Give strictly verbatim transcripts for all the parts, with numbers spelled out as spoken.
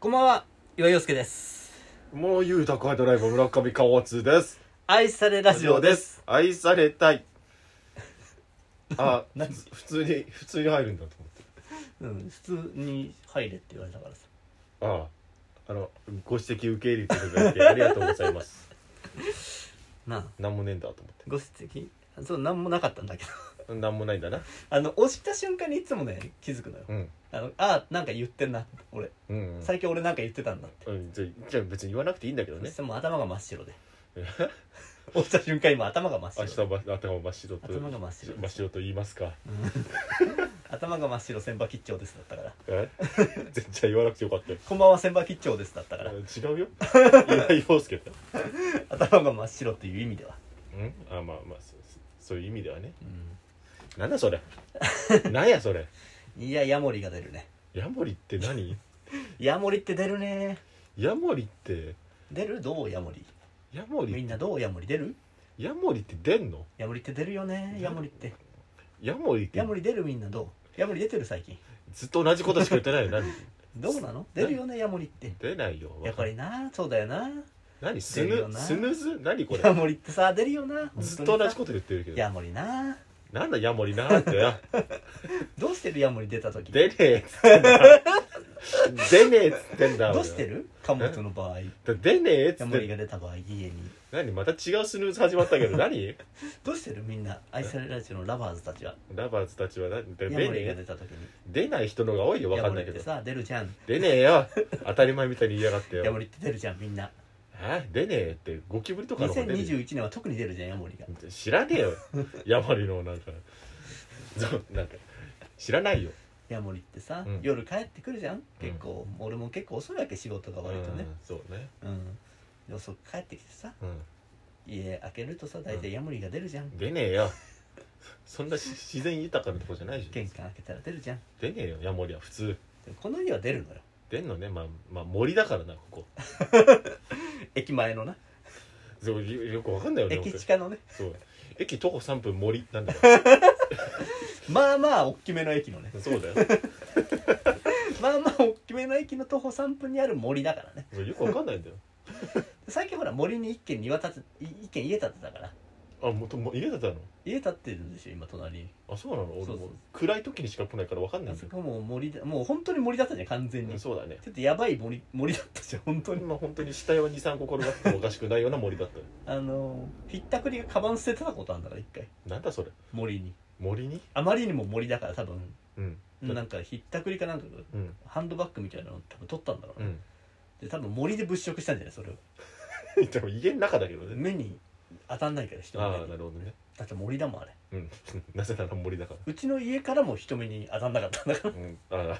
こんばんは、岩井陽介です。 もうゆうたかいドライバー村上かわつです。 愛されラジオです。 愛されたい。あ、 何普通に普通に入るんだとうん、普通に入れって言われたからさ。 思って。ああ、あのご指摘受け入れていただいてありがとうございます。 なあ、 なんもねえんだと思って。 ご指摘そう、なんもなかったんだけどなんもないんだな。 あの、押した瞬間にいつもね、気づくのよ。 うん。 あの、あ、なんか言ってんな、俺。 うん、うん。 最近俺なんか言ってたんだって。 うん、じゃじゃあ別に言わなくていいんだけどね。 そしてもう頭が真っ白で。押した瞬間今頭が真っ白。 明日は頭真っ白と。 頭が真っ白。 真っ白と言いますか。 頭が真っ白千葉吉兆ですだったから。 え絶対言わなくてよかったよ。 こんばんは千葉吉兆ですだったから。 違うよ。岩井陽介だ。 頭が真っ白っていう意味では。 うん、あ、まあまあそ、そういう意味ではね。 うん。 なんだそれ。なんやそれ。 いや、ヤモリが出るね。 ヤモリって何？ ヤモリって出るね。 ヤモリって出る？どうヤモリ？ ヤモリみんなどうヤモリ出る？ ヤモリって出んの？ ヤモリって出るよね。ヤモリってヤモリってヤモリ出る。みんなどう？ヤモリ出てる最近。 ずっと同じことしか言ってないよ。何？ どうなの？出るよねヤモリって。 出ないよ。 やっぱりな、そうだよな。 何スヌ出るよなスヌーズ何これ？ ヤモリってさ出るよな。 ずっと同じこと言ってるけど。 ヤモリな。 なんだヤモリなってや。 どうしてるヤモリ出た時？ 出ねえっつってんだ。出ねえっつってんだ。 どうしてる？貨物の場合。 出ねえっつヤモリって。 が出た場合家に。 何また違うスヌーズ始まったけど何？ どうしてるみんな愛されラジオのラバーズたちは。 ラバーズたちは何？ ヤモリが出た時に。 出ない人の方が多いよ。わかんないけど。 ヤモリってさ出るじゃん。 出ねえよ。当たり前みたいに言いやがってよ。 ヤモリって出るじゃんみんな。 え出ねえってゴキブリとかの方が出る。 にせんにじゅういちねんは特に出るじゃんヤモリが。 知らねえよ。ヤモリのなんかそうなんか知らないよ。 ヤモリってさ、 うん、 夜帰ってくるじゃん結構、うん、俺も結構遅いわけ仕事が割とね、 うん、そうね、 うん、で遅く帰ってきてさ、 うん、 家開けるとさ大体ヤモリが出るじゃん、 うん、出ねえよ。そんな自然豊かなとこじゃないじゃん。 玄関開けたら出るじゃん。 出ねえよヤモリは普通。 でもこの家は出るのよ。 出んのね。まあまあ森だからなここ。 駅前のな。 そうよくわかんないよね。 駅地下のね。 そう駅徒歩さんぷん森なんだよ。 まあまあ大きめの駅のね。 そうだよ。 まあまあ大きめの駅の徒歩さんぷんにある森だからね。 よくわかんないんだよ。 最近ほら森に一軒庭建て一軒家建てたから。 あ、もとも家建てたの？ 家建ってるんですよ今隣に。 あ、そうなの？俺そうそうも暗い時にしか来ないからわかんないんだよ。 あそこもう森だ、もう本当に森だったね完全に、 うん、そうだね。 ちょっとやばい森森だったじゃん本当に。 まあ本当に死体はに、さんこ転がってもおかしくないような森だったあのひったくりがカバン捨ててたことあるんだから一回なんだそれ。 森に。 森に？ あまりにも森だから多分、 うん、 なんかひったくりかなんか、 うん、 ハンドバッグみたいなの多分取ったんだろうね、 うん、 で多分森で物色したんじゃないそれを。 でも家の中だけどね。 目に当たんないから人の目に。 ああなるほどね。 だって森だもんあれ。 うんなぜなら森だから。 うちの家からも人目に当たんなかったんだから。 うん、ああ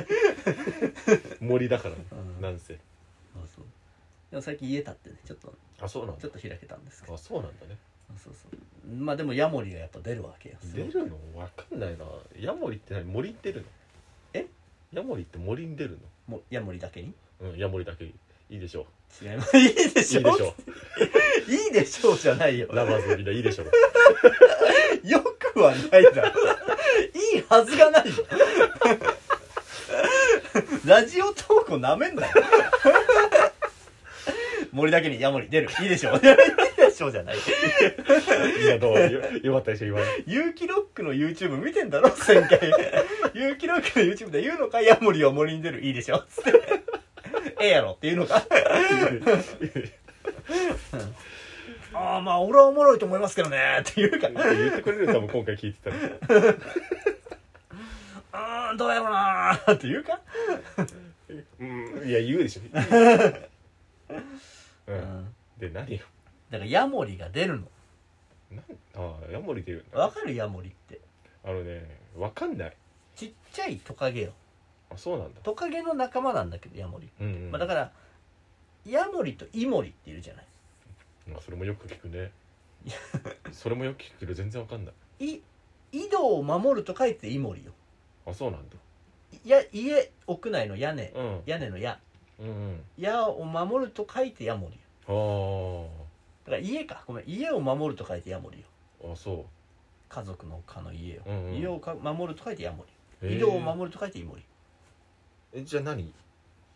森だから、ね、 うん、 なんせ。 そうそう。でも最近家建ってねちょっとあそうなんだ。 ちょっと開けたんですけど。 あそうなんだね。 そうそうまあでもヤモリがやっぱ出るわけよ。 出るのわかんないな。ヤモリって何？森に出るの？ え？ ヤモリって森に出るの？ もヤモリだけに？ うんヤモリだけいいでしょう。違います。いいでしょ。 いいでしょ。 いいでしょうじゃないよ。 ラバーズのみんないいでしょ。 よくはないだろ。いいはずがないよ。ラジオトークをなめんなよ。森だけにヤモリ出る。いいでしょ。いいでしょじゃない。 いやどうよ、よかったでしょ今。 有機ロックの YouTube 見てんだろせんかい。有機ロックの YouTube で言うのかヤモリは森に出るいいでしょつってええやろって言うのか。ああまあ俺はおもろいと思いますけどねって言うか。 言ってくれる多分今回聞いてたら。 うーんどうやろうなーって言うか。 うんいや言うでしょ。うん、で何よ。 だからヤモリが出るの。 なんああヤモリ出る。 わかるヤモリって。 あのねわかんない。 ちっちゃいトカゲよ。 あそうなんだ。 トカゲの仲間なんだけどヤモリ、 うんうんまあ、だからヤモリとイモリっているじゃない。 まあそれもよく聞くね。それもよく聞くけど全然わかんない。 い井戸を守ると書いてイモリよ。 あそうなんだ。 や家屋内の屋根、 うん、 屋根の屋、 うんうん、 矢を守ると書いてヤモリよ。 あだから家かごめん家を守ると書いてヤモリよ。 ああそう。 家族の家の家を、 うんうん、 家をか守ると書いてヤモリ。 井井戸を守ると書いてイモリ。 えじゃあ何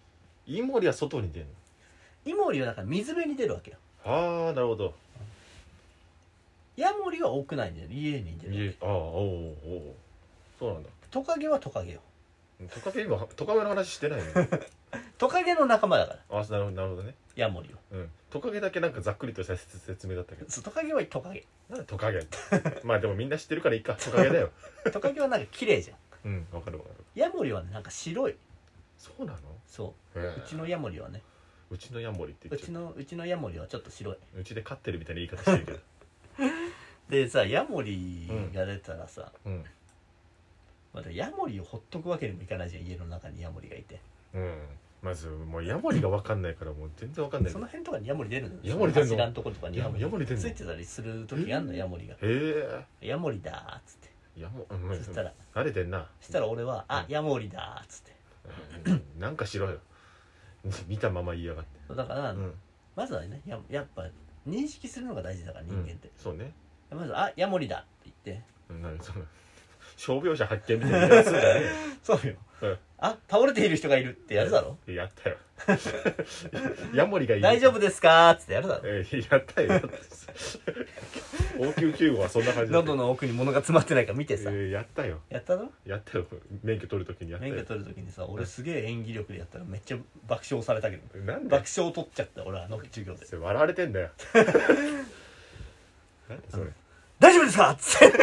イモリは外に出るの。 イモリはだから水辺に出るわけよ。 ああなるほど。 ヤモリは屋内に出る、家に出る。 家ああおおおそうなんだ。 トカゲはトカゲよ。 トカゲ今トカゲの話してないのトカゲの仲間だからああなるほどなるほどね。 ヤモリは。 うんトカゲだけなんかざっくりとした説明だったけど。 そうトカゲはトカゲ。 なんでトカゲってまあでもみんな知ってるからいいか。トカゲだよ。 トカゲはなんか綺麗じゃん。 うんわかるわかる。 ヤモリはねなんか白い。 そうなの。 そうへえうちのヤモリはね、 うちのヤモリって言うちっちゃのうちのヤモリはちょっと白い。 う。うちで飼ってるみたいな言い方してるけどでさ、ヤモリが出たらさ、 うんまだヤモリをほっとくわけにもいかないじゃん。家の中にヤモリがいて、 うんまずもうヤモリが分かんないからもう全然分かんない。 その辺とかにヤモリ出るのよ。 ヤモリ出るの柱のとことかにヤモリヤモリ出るのついてたりする時あんの。ヤモリがへえヤモリだーっつって、 ヤモうんそしたら慣れてんな。 そしたら俺はあうんヤモリだーっつって。 うんなんかしろよ見たまま言いやがって。 そうだから、 うんまずはね、ややっぱ認識するのが大事だから人間って、 うんそうね。 まずあヤモリだって言って、 うん何その傷病者発見みたいなやつだねそうよ、 うんあ倒れている人がいるってやるだろ、 やったよヤモリがいる大丈夫ですかーっつってやるだろ。 えーやったよ応急救護はそんな感じだった喉の奥に物が詰まってないか見てさ、 えーやったよやっただろ。 やったよ免許取るときにやったよ。 免許取るときにさ、俺すげえ演技力でやったらめっちゃ爆笑されたけど、 なんで爆笑取っちゃった俺あの授業で。 それ笑われてんだよなんでそれ大丈夫ですかっつって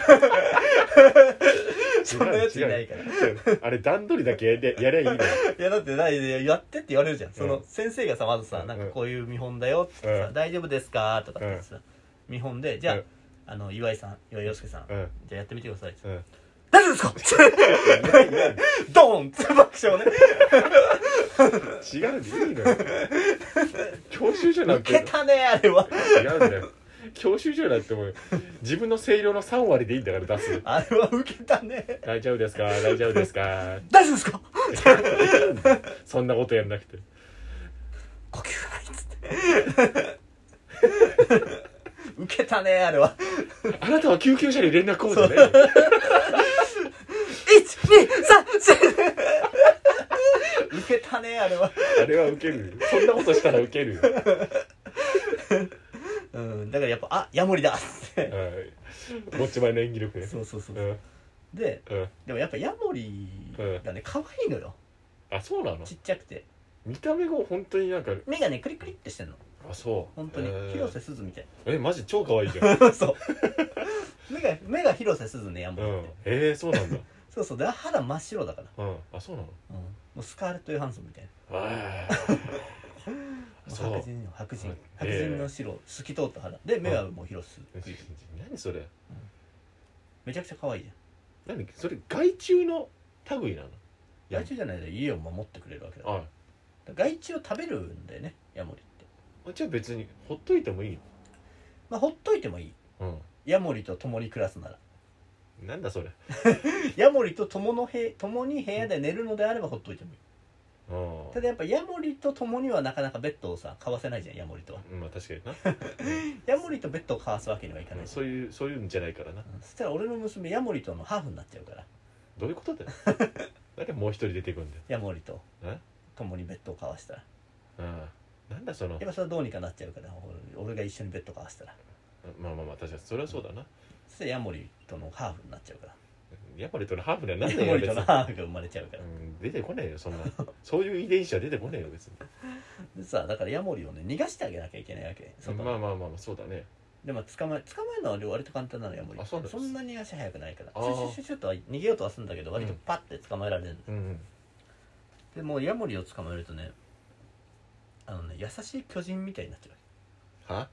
そんなやついないから違うあれ段取りだけやりやりゃいいのよいやだってだいやってって言われるじゃん、そのうん先生がさまずさ、 うんなんかこういう見本だよってさ、 うん大丈夫ですかとかってさ、見本でじゃあ、 うんあの岩井さん岩井陽介さん、 うんじゃあやってみてくださいって、 うん大丈夫ですかドーンって爆笑ね違うんでいいのよ教習所なん受てけたねあれは違うんだよ教習所なんてもう自分の声量のさん割でいいんだから出す。 あれは受けたね。 大丈夫ですか大丈夫ですか大丈夫ですかそんなことやんなくて呼吸がないっつって受けたねあれは。 あなたは救急車に連絡をじゃねいちにさん受けたねあれは。 あれはウケる。そんなことしたらウケるよ。 うん、だからやっぱあヤモリだっつって持ち前の演技力ね。 そうそうそう、 うんで、 うん、 でもやっぱヤモリがね可愛いのよ。 あそうなの。 ちっちゃくて見た目が本当になんか目がねクリクリってしてんの。 あそう本当に、 えー広瀬すずみたいえマジ超可愛いじゃんなそう目が目が広瀬すずねヤモリって、 うんえー、そうなんだそうそうで肌真っ白だから、 うんあそうなのうん、もうスカーレット・ヨハンソンみたいな。 あそう白人よ白人うん白人の白透き通った肌で目はもう広瀬すず、 何それめちゃくちゃ可愛いじゃん。 何それ害虫の類なの。 害虫じゃないで家を守ってくれるわけだから、 あ害虫を食べるんだよねヤモリって。 じゃあ別にほっといてもいいの。 まあほっといてもいい、 うんヤモリと共に暮らすなら。 なんだそれ。 ヤモリと共の部共に部屋で寝るのであればほっといてもいい。 うんただやっぱヤモリと共にはなかなかベッドをさ交わせないじゃんヤモリとは。 まあ確かになヤモリとベッドを交わすわけにはいかない、 そういうそういうんじゃないからな。 うんそしたら俺の娘ヤモリとのハーフになっちゃうから。 どういうことだよなんでもう一人出てくんだよ。 ヤモリとえ共にベッドを交わしたらうんなんだそのやっぱそれはどうにかなっちゃうから俺俺が一緒にベッド交わしたらまあまあまあ確かにそれはそうだな。 そしてヤモリとのハーフになっちゃうからヤモリとのハーフにはなんだヤモよ別に。 リとのハーフが生まれちゃうから、 うん出てこねえよそんなそういう遺伝子は出てこねえよ別に。 でさだからヤモリをね逃がしてあげなきゃいけないわけ外に、 まあまあまあまあそうだね。 でも捕まえ捕まえるのは割と簡単なのヤモリあそうなんですそんなに足速くないからあーシュシュシュシュッとは逃げようとはするんだけど割とパッて捕まえられるんだ、 うんうんでもうヤモリを捕まえるとねあのね優しい巨人みたいになっちゃうは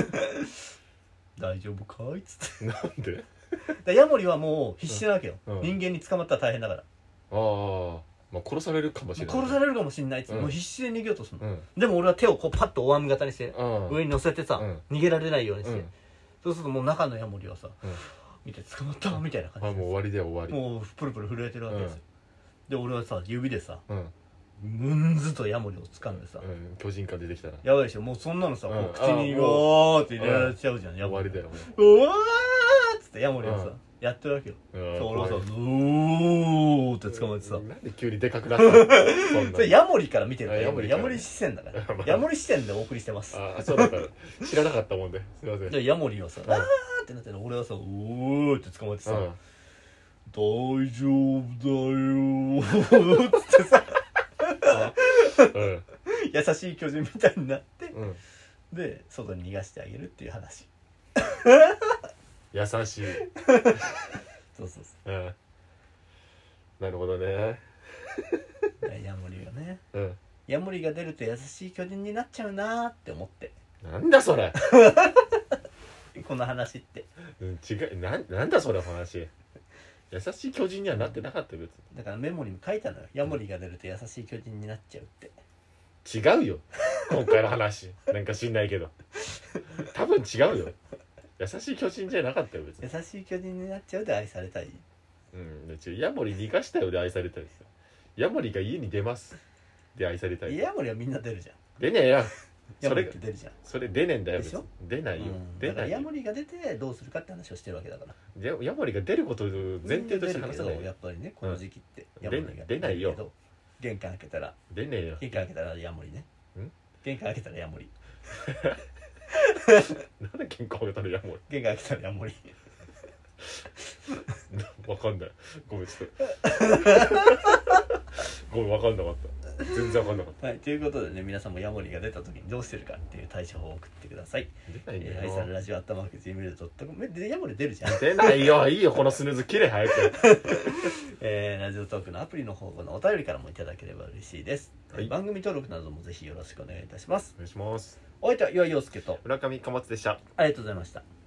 大丈夫かいっつってなんででヤモリはもう必死なわけよ、 うんうん人間に捕まったら大変だからああまあ殺されるかもしれない。 殺されるかもしれないっつって、 うんもう必死で逃げようとするの、 うんでも俺は手をこうパッとお椀型にしてうん上に乗せてさ、 うん逃げられないようにして、 うんそうするともう中のヤモリはさ、 うん見て捕まったみたいな感じであもう終わりだよ終わり。 もうプルプル震えてるわけですよ、で俺はさ指でさうんムンズとヤモリを掴んでさ、 うん巨人から出てきたらやばいでしょもうそんなのさ、 うんこう口にあゴーって入れられちゃうじゃん、ヤモリ終わりだよ。 うわーっつってヤモリはさ、 やってるわけよ。 うんそう俺はさ怖い 「おー」って捕まえてさ、 なんで急にでかくなったのそんなそれヤモリから見てるからあヤモリからヤモリ視線だからまあヤモリ視線でお送りしてます。 あそうだった知らなかったもんですいませんでヤモリはさ「 うんあー」ってなってるの俺はさ「おー」って捕まえてさうん 「大丈夫だよ」っつってさうん優しい巨人みたいになってうんで外に逃がしてあげるっていう話。 優しいそうそうそうんなるほどねうだからヤモリがねうんヤモリが出ると優しい巨人になっちゃうなーって思ってなんだそれこの話ってうん違うなんなんだそれ話優しい巨人にはなってなかったよ別だからメモにも書いたのよ。ヤモリが出ると優しい巨人になっちゃうってに違うよ今回の話なんか知んないけど多分違うよ優しい巨人じゃなかったよ別に優しい巨人になっちゃうで愛されたい。 うんちょヤモリ逃がしたよで愛されたいですよヤモリが家に出ますで愛されたいヤモリはみんな出るじゃん。 出ねえよヤモリそれって出るじゃん。 それ出ねえんだよ別にでしょ出ないよ、 うん、 出ないよだからヤモリが出てどうするかって話をしてるわけだからヤヤモリが出ることを前提として話さないみんな出るけどやっぱりねこの時期ってうんヤモリが出ないよ出るけど玄関開けたら出ねえよ玄関開けたらヤモリねん玄関開けたらヤモリなんで喧嘩をやったのヤモ玄関開けたらヤモリリわかんないごめんちょっとごめんわかんなかった全然わかんなかっはいということでね皆さんもヤモリが出た時にどうしてるかっていう対処法を送ってください。 た出ないんだよ、 えー、愛されラジオアットマーク ジーメールドットコム でヤモリ出るじゃん出ないよいいよこのスヌーズ切れ早くえー、ラジオトークのアプリの方のお便りからもいただければ嬉しいです、 はい番組登録などもぜひよろしくお願いいたします。 お願いしますお相手は岩井陽介と村上貨物でしたありがとうございました。